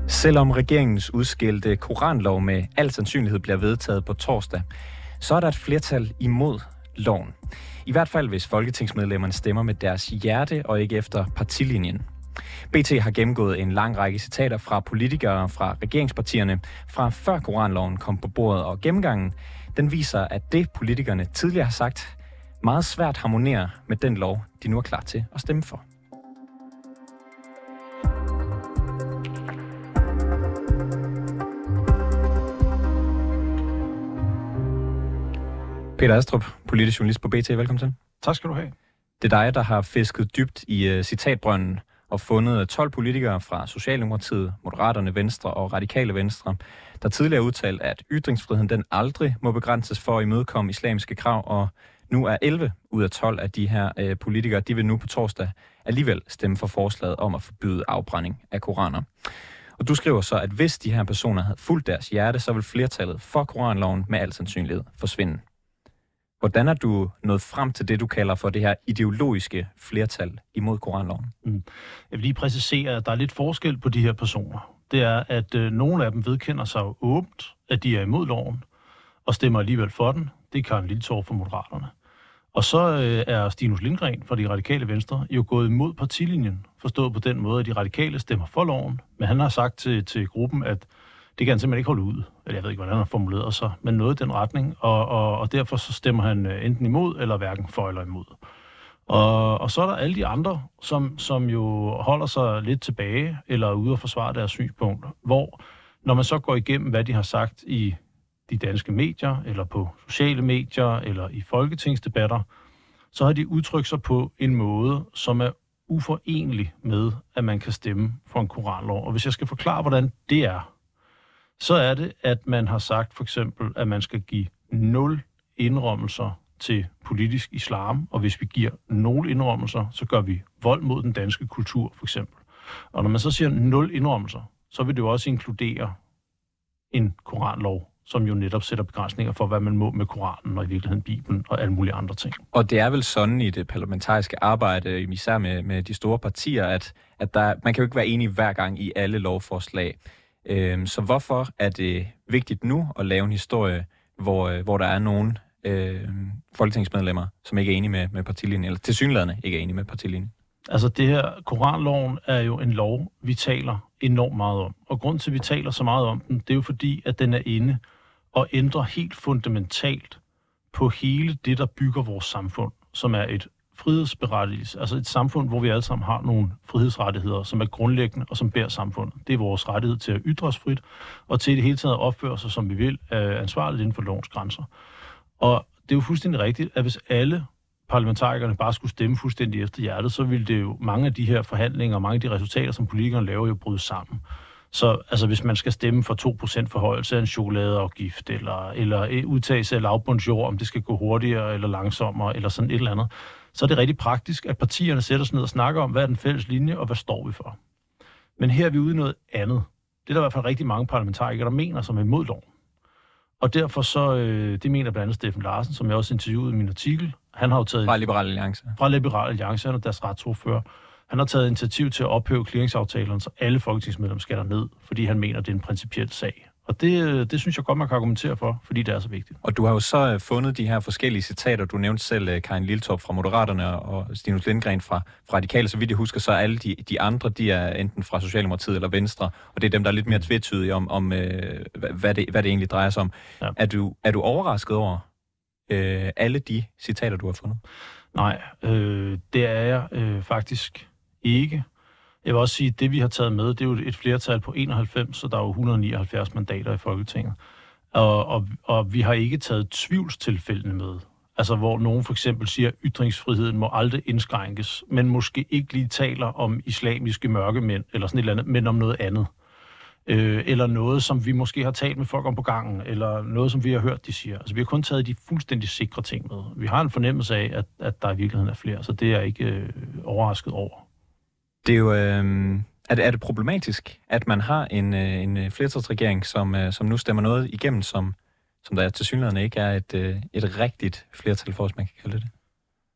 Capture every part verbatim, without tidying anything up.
Selvom regeringens udskilte koranlov med al sandsynlighed bliver vedtaget på torsdag, så er der et flertal imod loven. I hvert fald hvis folketingsmedlemmerne stemmer med deres hjerte og ikke efter partilinjen. B T har gennemgået en lang række citater fra politikere fra regeringspartierne fra før koranloven kom på bordet, og gennemgangen den viser, at det politikerne tidligere har sagt meget svært harmonerer med den lov, de nu er klar til at stemme for. Peter Astrup, politisk journalist på B T. Velkommen til. Tak skal du have. Det er dig, der har fisket dybt i uh, citatbrønden og fundet tolv politikere fra Socialdemokratiet, Moderaterne, Venstre og Radikale Venstre, der tidligere udtalt, at ytringsfriheden den aldrig må begrænses for at imødekomme islamiske krav, og nu er elleve ud af tolv af de her uh, politikere, de vil nu på torsdag alligevel stemme for forslaget om at forbyde afbrænding af koraner. Og du skriver så, at hvis de her personer havde fulgt deres hjerte, så vil flertallet for koranloven med al sandsynlighed forsvinde. Hvordan er du nået frem til det, du kalder for det her ideologiske flertal imod koranloven? Mm. Jeg vil lige præcisere, at der er lidt forskel på de her personer. Det er, at øh, nogle af dem vedkender sig jo åbent, at de er imod loven, og stemmer alligevel for den. Det er Karen Liltorp fra Moderaterne. Og så øh, er Stinus Lindgreen fra de radikale venstre jo gået imod partilinjen, forstået på den måde, at de radikale stemmer for loven. Men han har sagt til, til gruppen, at det kan han simpelthen ikke holde ud. Eller jeg ved ikke, hvordan han har formuleret sig, men noget i den retning. Og, og, og derfor så stemmer han enten imod, eller hverken for eller imod. Og, og så er der alle de andre, som, som jo holder sig lidt tilbage, eller er ude og forsvare deres synspunkter. Hvor, når man så går igennem, hvad de har sagt i de danske medier, eller på sociale medier, eller i folketingsdebatter, så har de udtrykt sig på en måde, som er uforenelig med, at man kan stemme for en koranlov. Og hvis jeg skal forklare, hvordan det er, så er det, at man har sagt for eksempel, at man skal give nul indrømmelser til politisk islam, og hvis vi giver nul indrømmelser, så gør vi vold mod den danske kultur for eksempel. Og når man så siger nul indrømmelser, så vil det jo også inkludere en koranlov, som jo netop sætter begrænsninger for, hvad man må med Koranen og i virkeligheden Bibelen og alle mulige andre ting. Og det er vel sådan i det parlamentariske arbejde, især med, med de store partier, at, at der, man kan jo ikke være enig hver gang i alle lovforslag. Så hvorfor er det vigtigt nu at lave en historie, hvor, hvor der er nogle øh, folketingsmedlemmer, som ikke er enige med, med partilinjen, eller tilsyneladende ikke er enige med partilinjen? Altså det her, koranloven er jo en lov, vi taler enormt meget om. Og grunden til, at vi taler så meget om den, det er jo fordi, at den er inde og ændrer helt fundamentalt på hele det, der bygger vores samfund, som er et frihedsberettigelse, altså et samfund, hvor vi alle sammen har nogle frihedsrettigheder, som er grundlæggende og som bærer samfundet. Det er vores rettighed til at ytre os frit, og til det hele taget at opføre sig, som vi vil, ansvarligt inden for lovens grænser. Og det er jo fuldstændig rigtigt, at hvis alle parlamentarikerne bare skulle stemme fuldstændig efter hjertet, så ville det jo mange af de her forhandlinger og mange af de resultater, som politikerne laver, jo bryde sammen. Så altså, hvis man skal stemme for to procent forhøjelse af en chokoladeafgift, eller, eller udtagelse af lavbundsjord, om det skal gå hurtigere eller langsommere, eller sådan et eller andet, så er det rigtig praktisk, at partierne sætter sig ned og snakker om, hvad er den fælles linje, og hvad står vi for. Men her er vi ude i noget andet. Det er der i hvert fald rigtig mange parlamentarikere, der mener, som er imod loven. Og derfor så, øh, det mener blandt andet Steffen Larsen, som jeg også interviewede i min artikel. Han har jo taget... Fra Liberal Alliance. Fra Liberal Alliance, han er deres retsordfører. Han har taget initiativ til at ophæve clearingsaftalerne, så alle folketingsmedlemmer skal der ned, fordi han mener, det er en principiel sag. Og det, det synes jeg godt, man kan argumentere for, fordi det er så vigtigt. Og du har jo så fundet de her forskellige citater. Du nævnte selv Karen Liltorp fra Moderaterne og Stinus Lindgreen fra, fra Radikale. Så vidt jeg husker, så er alle de, de andre, de er enten fra Socialdemokratiet eller Venstre. Og det er dem, der er lidt mere tvetydige om, om øh, hvad, det, hvad det egentlig drejer sig om. Ja. Er, du, er du overrasket over øh, alle de citater, du har fundet? Nej, øh, det er jeg øh, faktisk ikke. Jeg vil også sige, at det, vi har taget med, det er jo et flertal på enoghalvfems, så der er jo et hundrede og nioghalvfjerds mandater i Folketinget. Og, og, og vi har ikke taget tvivlstilfældene med. Altså, hvor nogen for eksempel siger, at ytringsfriheden må aldrig indskrænkes, men måske ikke lige taler om islamiske mørkemænd, eller sådan et eller andet, men om noget andet. Øh, eller noget, som vi måske har talt med folk om på gangen, eller noget, som vi har hørt, de siger. Altså, vi har kun taget de fuldstændig sikre ting med. Vi har en fornemmelse af, at, at der i virkeligheden er flere, så det er jeg ikke øh, overrasket over. Det er jo, øh, er, det, er det problematisk, at man har en, øh, en flertalsregering, som, øh, som nu stemmer noget igennem, som, som der tilsyneladende ikke er et, øh, et rigtigt flertal for, hvis man kan kalde det?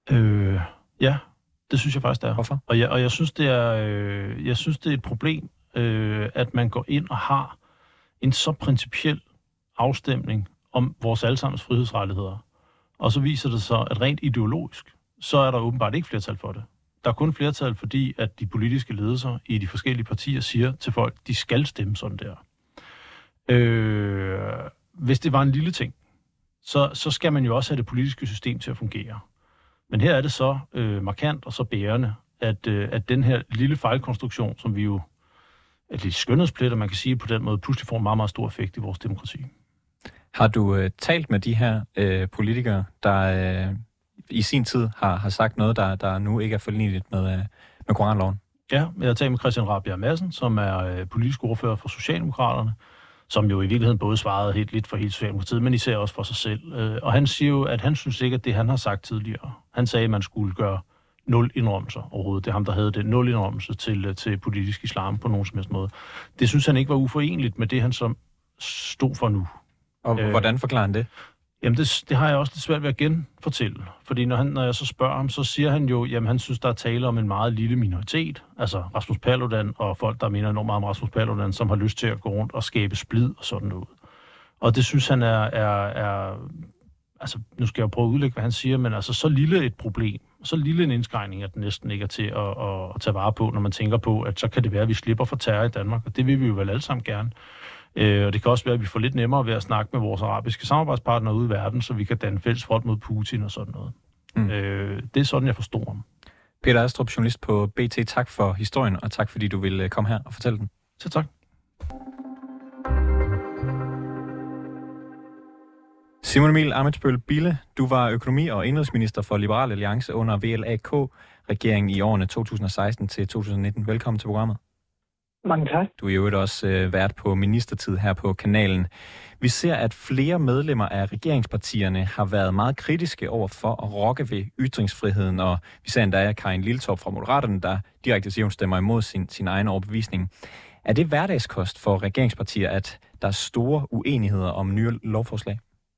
Øh, ja, det synes jeg faktisk, det er. Hvorfor? Og jeg, og jeg synes, det er, øh, jeg synes, det er et problem, øh, at man går ind og har en så principiel afstemning om vores allesammens frihedsrettigheder. Og så viser det sig, at rent ideologisk, så er der åbenbart ikke flertal for det. Der er kun flertal, fordi at de politiske ledelser i de forskellige partier siger til folk, de skal stemme sådan der. Øh, hvis det var en lille ting, så, så skal man jo også have det politiske system til at fungere. Men her er det så øh, markant og så bærende, at, øh, at den her lille fejlkonstruktion, som vi jo er lidt skønhedspletter, man kan sige på den måde, pludselig får en meget, meget stor effekt i vores demokrati. Har du øh, talt med de her øh, politikere, der øh, i sin tid har, har sagt noget, der, der nu ikke er forligneligt med, øh, med koranloven? Ja, jeg har talt med Christian Rabjerg Madsen, som er øh, politisk ordfører for Socialdemokraterne, som jo i virkeligheden både svarede helt lidt for hele Socialdemokratiet, men især også for sig selv. Øh, og han siger jo, at han synes ikke, at det han har sagt tidligere. Han sagde, at man skulle gøre nul indrømmelser overhovedet. Det er ham, der havde det. Nul indrømmelser til, til politisk islam på nogen som helst måde. Det synes han ikke var uforenligt med det, han så stod for nu. Og øh, hvordan forklarer han det? Jamen, det, det har jeg også lidt svært ved at genfortælle. Fordi når, han, når jeg så spørger ham, så siger han jo, jamen han synes, der er tale om en meget lille minoritet. Altså Rasmus Paludan og folk, der mener enormt meget om Rasmus Paludan, som har lyst til at gå rundt og skabe splid og sådan noget. Og det synes han er, er, er altså nu skal jeg prøve at udlægge, hvad han siger, men altså så lille et problem, så lille en indskrænkning, at den næsten ikke er til at, at, at tage vare på, når man tænker på, at så kan det være, at vi slipper for terror i Danmark, og det vil vi jo vel alle sammen gerne. Øh, og det kan også være, at vi får lidt nemmere ved at snakke med vores arabiske samarbejdspartnere ude i verden, så vi kan danne fælles front mod Putin og sådan noget. Mm. Øh, det er sådan, jeg forstår ham. Peter Astrup, journalist på B T, tak for historien, og tak fordi du ville komme her og fortælle den. Så tak. Simon Emil Ammitzbøll Bille, du var økonomi- og indenrigsminister for Liberal Alliance under V L A K-regeringen i årene to tusind og seksten til to tusind og nitten. Velkommen til programmet. Mange tak. Du er jo også øh, vært på ministertid her på kanalen. Vi ser, at flere medlemmer af regeringspartierne har været meget kritiske over for at rokke ved ytringsfriheden, og vi ser endda at Karin Liltorp fra Moderaterne, der direkte siger, hun stemmer imod sin, sin egen overbevisning. Er det hverdagskost for regeringspartier, at der er store uenigheder om nye lovforslag?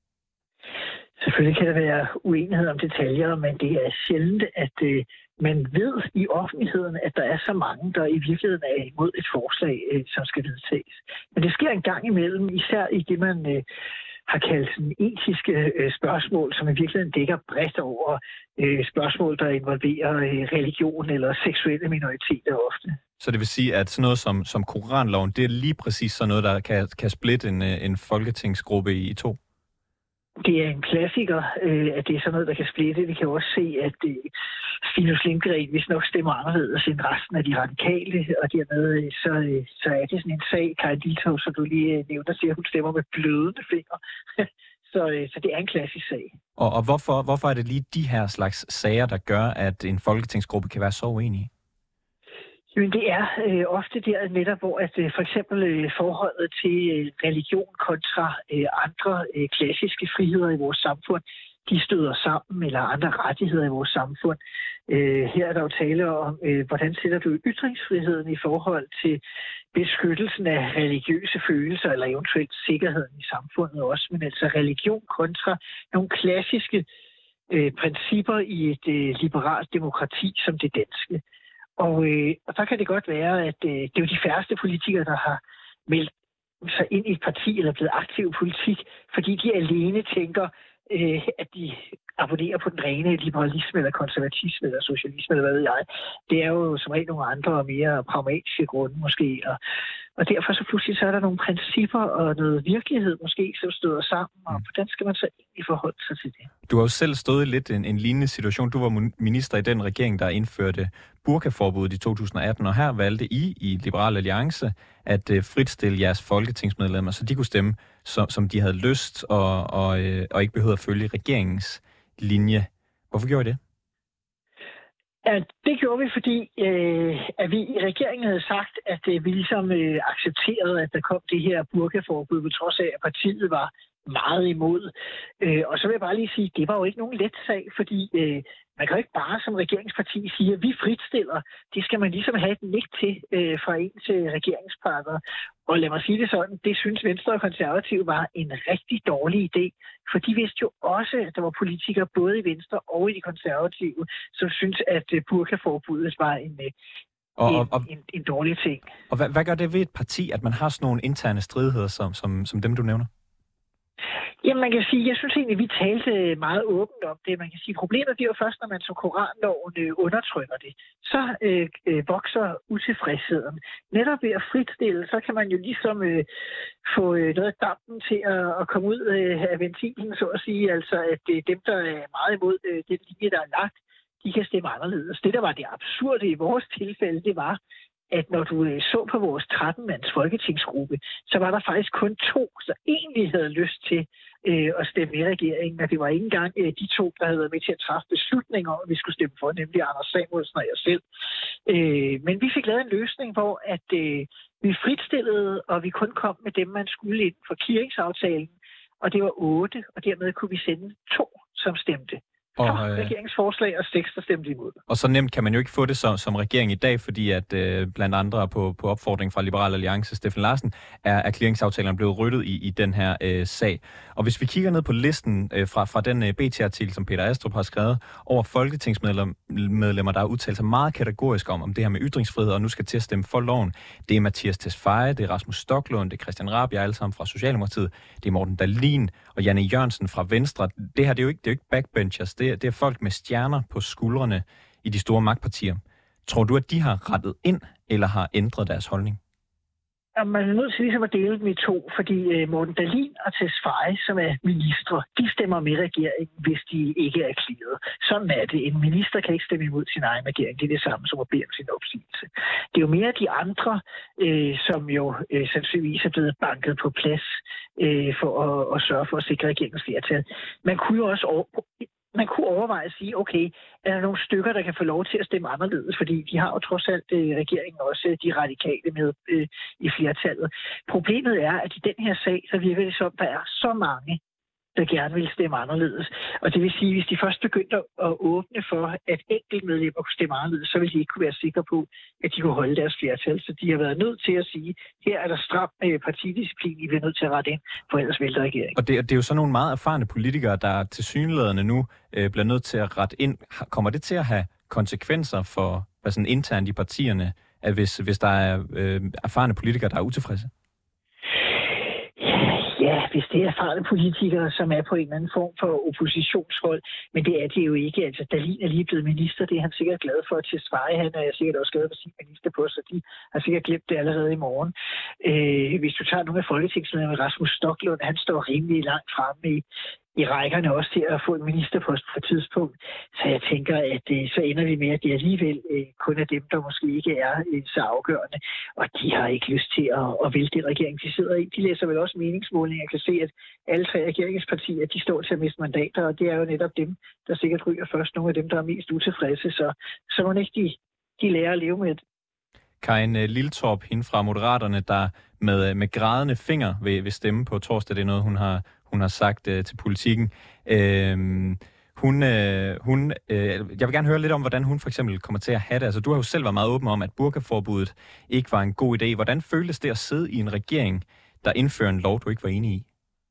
Selvfølgelig kan der være uenighed om detaljer, men det er sjældent, at øh, man ved i offentligheden, at der er så mange, der i virkeligheden er imod et forslag, øh, som skal vedtages. Men det sker en gang imellem, især i det, man øh, har kaldt sådan etiske øh, spørgsmål, som i virkeligheden dækker bredt over øh, spørgsmål, der involverer øh, religion eller seksuelle minoriteter ofte. Så det vil sige, at sådan noget som, som koranloven, det er lige præcis sådan noget, der kan, kan splitte en, en folketingsgruppe i, i to? Det er en klassiker, øh, at det er sådan noget, der kan splitte. Vi kan også se, at øh, Stinus Lindgren hvis nok stemmer anderledes end resten af de radikale, og dermed øh, så, øh, så er det sådan en sag, Karin Liltorp, som du lige øh, nævnte, siger, at hun stemmer med blødende fingre. så, øh, så det er en klassisk sag. Og, og hvorfor, hvorfor er det lige de her slags sager, der gør, at en folketingsgruppe kan være så uenige? Jamen det er øh, ofte der netop, hvor at øh, for eksempel øh, forholdet til øh, religion kontra øh, andre øh, klassiske friheder i vores samfund, de støder sammen, eller andre rettigheder i vores samfund. Øh, her er der jo tale om, øh, hvordan sætter du ytringsfriheden i forhold til beskyttelsen af religiøse følelser, eller eventuelt sikkerheden i samfundet også, men altså religion kontra nogle klassiske øh, principper i et øh, liberalt demokrati som det danske. Og, øh, og der kan det godt være, at øh, det er jo de færreste politikere, der har meldt sig ind i et parti eller blevet aktiv i politik, fordi de alene tænker, øh, at de abonnerer på den rene liberalisme eller konservatisme eller socialisme eller hvad ved jeg. Det er jo som regel nogle andre og mere pragmatiske grunde måske. Og, og derfor så pludselig så er der nogle principper og noget virkelighed måske, som støder sammen. Og hvordan skal man så egentlig forholde sig til det? Du har jo selv stået i lidt en, en lignende situation. Du var minister i den regering, der indførte burkaforbuddet i to tusind og atten, og her valgte I i Liberal Alliance at uh, fritstille jeres folketingsmedlemmer, så de kunne stemme, som, som de havde lyst, og, og, øh, og ikke behøvede at følge regeringens linje. Hvorfor gjorde I det? Ja, det gjorde vi, fordi øh, at vi i regeringen havde sagt, at øh, vi ligesom øh, accepterede, at der kom det her burkaforbud, på trods af, at partiet var meget imod. Øh, og så vil jeg bare lige sige, at det var jo ikke nogen let sag, fordi øh, man kan jo ikke bare som regeringsparti sige, at vi fritstiller. Det skal man ligesom have et nik til øh, fra en til regeringspartner. Og lad mig sige det sådan, det synes Venstre og Konservative var en rigtig dårlig idé. For de vidste jo også, at der var politikere både i Venstre og i de konservative, som synes, at burkaforbuddet var en, og, en, og, og, en, en dårlig ting. Og hvad, hvad gør det ved et parti, at man har sådan nogle interne stridigheder, som, som, som dem, du nævner? Jamen, man kan sige, jeg synes egentlig, vi talte meget åbent om det. Man kan sige, problemet bliver jo først, når man som koranloven øh, undertrykker det. Så øh, øh, vokser utilfredsheden. Netop ved at fritstille, så kan man jo ligesom øh, få øh, noget af dampen til at, at komme ud øh, af ventilen, så at sige. Altså, at øh, dem, der er meget imod øh, den linje, der er lagt, de kan stemme anderledes. Det, der var det absurde i vores tilfælde, det var, at når du så på vores tretten-mands folketingsgruppe, så var der faktisk kun to, der egentlig havde lyst til øh, at stemme i regeringen, og det var ikke engang øh, de to, der havde været med til at træffe beslutninger om, at vi skulle stemme for, nemlig Anders Samuelsen og jeg selv. Øh, men vi fik lavet en løsning, hvor at, øh, vi fritstillede, og vi kun kom med dem, man skulle inden for kirkesaftalen, og det var otte, og dermed kunne vi sende to, som stemte. Og, for regeringsforslag og seks, der stemte imod. Og så nemt kan man jo ikke få det som, som regering i dag, fordi at øh, blandt andre på, på opfordring fra Liberal Alliance, Steffen Larsen, er erklæringsaftalerne blevet ryddet i, i den her øh, sag. Og hvis vi kigger ned på listen øh, fra, fra den øh, B T-artikel, som Peter Astrup har skrevet, over folketingsmedlemmer, der har udtalt sig meget kategorisk om, om det her med ytringsfrihed, og nu skal til at stemme for loven. Det er Mathias Tesfaye, det er Rasmus Stoklund, det er Christian Rabjerg, alle sammen fra Socialdemokratiet, det er Morten Dahlin og Janne Jørgensen fra Venstre. Det her det er jo ikke, det er jo ikke backbenchers, det er, det er folk med stjerner på skuldrene i de store magtpartier. Tror du, at de har rettet ind, eller har ændret deres holdning? Ja, man er nødt til ligesom at dele dem i to, fordi Morten Dahlin og Tesfaye, som er ministre, de stemmer med regeringen, hvis de ikke er clearet. Sådan er det. En minister kan ikke stemme imod sin egen regering. Det er det samme som at bede om sin opsigelse. Det er jo mere de andre, øh, som jo øh, sandsynligvis er blevet banket på plads øh, for at, at sørge for at sikre regeringens flertal. Man kunne jo også over Man kunne overveje at sige, okay, er der nogle stykker, der kan få lov til at stemme anderledes, fordi de har jo trods alt øh, regeringen også øh, de radikale med øh, i flertallet. Problemet er, at i den her sag, så virker det som, der er så mange, der gerne vil stemme anderledes. Og det vil sige, at hvis de først begyndte at åbne for, at enkeltmedlemmer kunne stemme anderledes, så ville de ikke kunne være sikre på, at de kunne holde deres flertal. Så de har været nødt til at sige, her er der stram øh, partidisciplin, I bliver nødt til at rette ind, for ellers vælter regeringen. Og det, det er jo så nogle meget erfarne politikere, der tilsyneladende nu øh, bliver nødt til at rette ind. Kommer det til at have konsekvenser for hvad sådan internt i partierne, at hvis, hvis der er øh, erfarne politikere, der er utilfredse? Ja, hvis det er erfarne politikere, som er på en eller anden form for oppositionshold, men det er det jo ikke. Altså, Dahlin er lige blevet minister, det er han sikkert glad for at Tesfaye. Han er sikkert også glad for sin minister på, så de har sikkert glemt det allerede i morgen. Øh, hvis du tager nogle af folketingsmedlemmer, Rasmus Stoklund, han står rimelig langt fremme i, i rækkerne også til at få en ministerpost på et tidspunkt. Så jeg tænker, at øh, så ender vi med, at det alligevel øh, kun er dem, der måske ikke er øh, så afgørende. Og de har ikke lyst til at, at vælte den regering, de sidder i. De læser vel også meningsmålinger og kan se, at alle tre regeringspartier, de står til at miste mandater, og det er jo netop dem, der sikkert ryger først. Nogle af dem, der er mest utilfredse. Så, så må ikke de, de lærer at leve med det. Karin Liltorp, hende fra Moderaterne, der med, med grædende finger vil, vil stemme på torsdag, det er noget, hun har hun har sagt øh, til Politikken. Øh, hun, øh, hun, øh, jeg vil gerne høre lidt om, hvordan hun for eksempel kommer til at have det. Altså, du har jo selv været meget åben om, at burkaforbuddet ikke var en god idé. Hvordan føltes det at sidde i en regering, der indfører en lov, du ikke var enig i?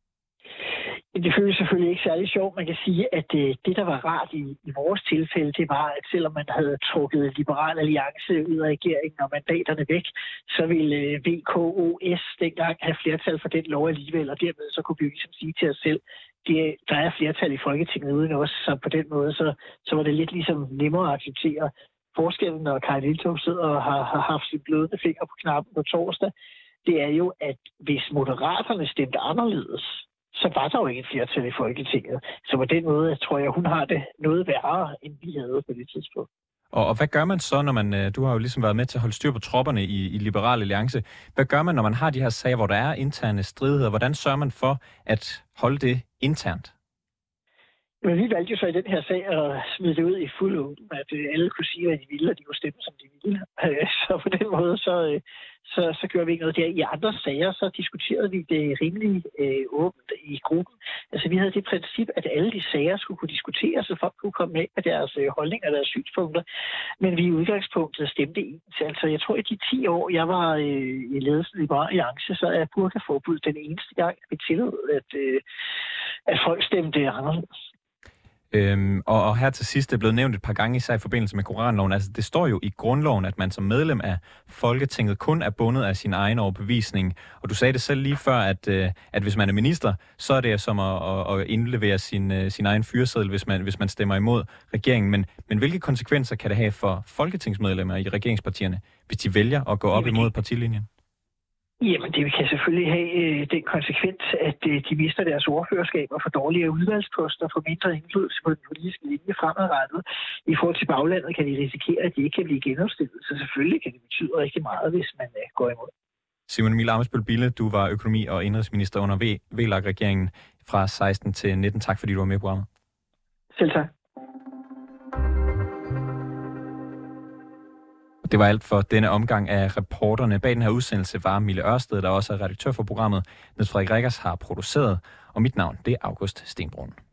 Det føles selvfølgelig ikke særlig sjovt. Man kan sige, at det, det der var rart i, i vores tilfælde, det var, at selvom man havde trukket Liberal Alliance ud af regeringen og mandaterne væk, så ville V K O S dengang have flertal for den lov alligevel, og dermed så kunne vi ligesom sige til os selv, det, der er flertal i Folketinget uden os, så på den måde, så, så var det lidt ligesom nemmere at acceptere forskellen, når Karin Liltorp sidder og har, har haft sin blødende finger på knappen på torsdag. Det er jo, at hvis Moderaterne stemte anderledes, så var der jo ikke et flertal i Folketinget. Så på den måde tror jeg, hun har det noget værre, end vi havde på det tidspunkt. Og, og hvad gør man så, når man, du har jo ligesom været med til at holde styr på tropperne i, i Liberal Alliance. Hvad gør man, når man har de her sager, hvor der er interne stridigheder? Hvordan sørger man for at holde det internt? Men vi valgte jo så i den her sag at smide det ud i fuld åben, at alle kunne sige, hvad de ville, og de kunne stemme, som de ville. Så på den måde, så, så, så gjorde vi ikke noget der. I andre sager, så diskuterede vi det rimelig øh, åbent i gruppen. Altså, vi havde det princip, at alle de sager skulle kunne diskuteres, så folk kunne komme med med deres øh, holdninger og deres synspunkter. Men vi i udgangspunktet stemte ens. Altså, jeg tror, i de ti år, jeg var øh, i ledelsen i Liberal Alliance, så er burkaforbud den eneste gang, vi tillod, at, øh, at folk stemte anderledes. Øhm, og, og her til sidst, det er blevet nævnt et par gange, især i forbindelse med koranloven, altså det står jo i grundloven, at man som medlem af Folketinget kun er bundet af sin egen overbevisning. Og du sagde det selv lige før, at, øh, at hvis man er minister, så er det som at, at, at indlevere sin, øh, sin egen fyreseddel, hvis man, hvis man stemmer imod regeringen. Men, men hvilke konsekvenser kan det have for folketingsmedlemmer i regeringspartierne, hvis de vælger at gå op imod partilinjen? Jamen, det kan selvfølgelig have øh, den konsekvens, at øh, de mister deres ordførerskab og får dårligere udvalgsposter, får mindre indflydelse på den politiske linje fremadrettet. I forhold til baglandet kan de risikere, at de ikke kan blive genopstillet. Så selvfølgelig kan det betyde rigtig meget, hvis man øh, går imod. Simon Emil Ammitzbøll-Bille, du var økonomi- og indrigsminister under V L A K-regeringen fra seksten til nitten. Tak fordi du var med på programmet. Selv tak. Det var alt for denne omgang af reporterne. Bag den her udsendelse var Mille Ørsted, der også er redaktør for programmet. Niels Frederik Rikkers har produceret, og mit navn det er August Stenbrun.